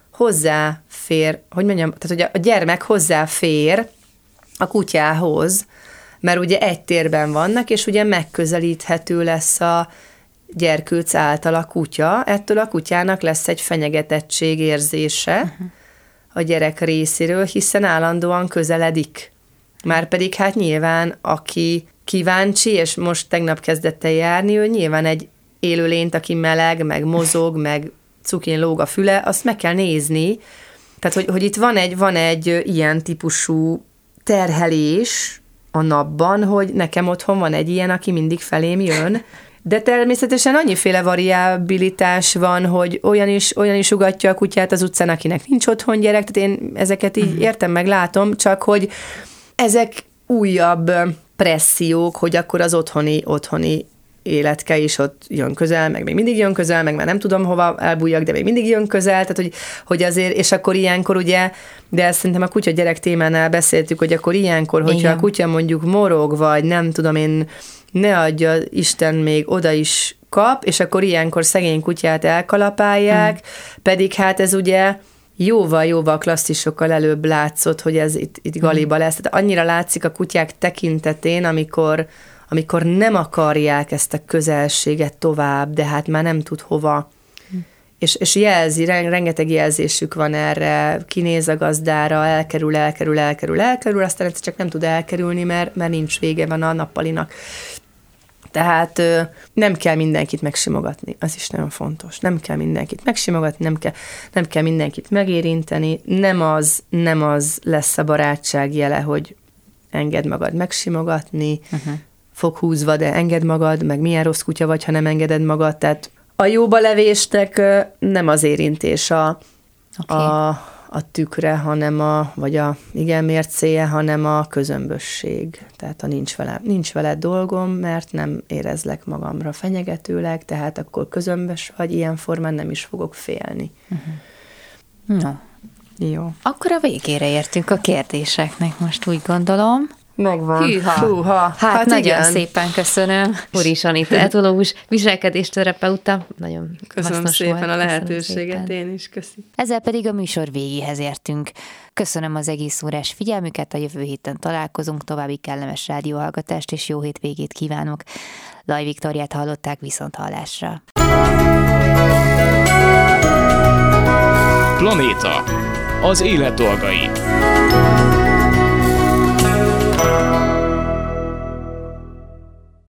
hozzáfér, hogy mondjam, tehát hogy a gyermek hozzáfér a kutyához, mert ugye egy térben vannak, és ugye megközelíthető lesz a gyerkőc által a kutya, ettől a kutyának lesz egy fenyegetettség érzése uh-huh. a gyerek részéről, hiszen állandóan közeledik. Márpedig hát nyilván, aki kíváncsi, és most tegnap kezdett el járni, ő nyilván egy élőlényt, aki meleg, meg mozog, meg cukin lóg a füle, azt meg kell nézni. Tehát, hogy, hogy itt van egy, van egy ilyen típusú terhelés a napban, hogy nekem otthon van egy ilyen, aki mindig felém jön, de természetesen annyiféle variabilitás van, hogy olyan is, olyan is ugatja a kutyát az utcán, akinek nincs otthon gyerek, tehát én ezeket így uh-huh. értem, meg látom, csak hogy ezek újabb pressziók, hogy akkor az otthoni, otthoni életke is ott jön közel, meg még mindig jön közel, meg már nem tudom hova elbújjak, de még mindig jön közel, tehát hogy, hogy azért, és akkor ilyenkor ugye, de ezt szerintem a kutya-gyerek témánál beszéltük, hogy akkor ilyenkor, hogyha igen. a kutya mondjuk morog, vagy nem tudom én, ne adja Isten még oda is kap, és akkor ilyenkor szegény kutyát elkalapálják, mm. pedig hát ez ugye jóval-jóval klasszisokkal előbb látszott, hogy ez itt, itt galiba lesz. Tehát annyira látszik a kutyák tekintetén, amikor, amikor nem akarják ezt a közelséget tovább, de hát már nem tud hova. Mm. És, és jelzi, rengeteg jelzésük van erre, kinéz a gazdára, elkerül, elkerül, elkerül, elkerül, aztán ez csak nem tud elkerülni, mert, mert nincs vége van a nappalinak. Tehát nem kell mindenkit megsimogatni, az is nagyon fontos. Nem kell mindenkit megsimogatni, nem kell, nem kell mindenkit megérinteni, nem az, nem az lesz a barátság jele, hogy engedd magad megsimogatni, uh-huh. foghúzva, de engedd magad, meg milyen rossz kutya vagy, ha nem engeded magad. Tehát a jóba levésnek nem az érintés a, okay. a, a tükre, hanem a, vagy a igen mércéje, hanem a közömbösség. Tehát ha nincs veled, nincs veled dolgom, mert nem érezlek magamra fenyegetőleg, tehát akkor közömbös vagy, ilyen formán nem is fogok félni. Uh-huh. No. Jó. Akkor a végére értünk a kérdéseknek, most úgy gondolom. Megvan. Hűha. Húha. Hát, hát nagyon igen. szépen köszönöm. Uris Anita, etológus, viselkedésterapeuta. Nagyon köszönöm hasznos szépen volt. a lehetőséget, én is köszi. Ezzel pedig a műsor végéhez értünk. Köszönöm az egész órás figyelmüket, a jövő héten találkozunk, további kellemes rádióhallgatást és jó hétvégét kívánok. Laj Viktóriát hallották, viszont hallásra. Planéta. Az élet dolgai.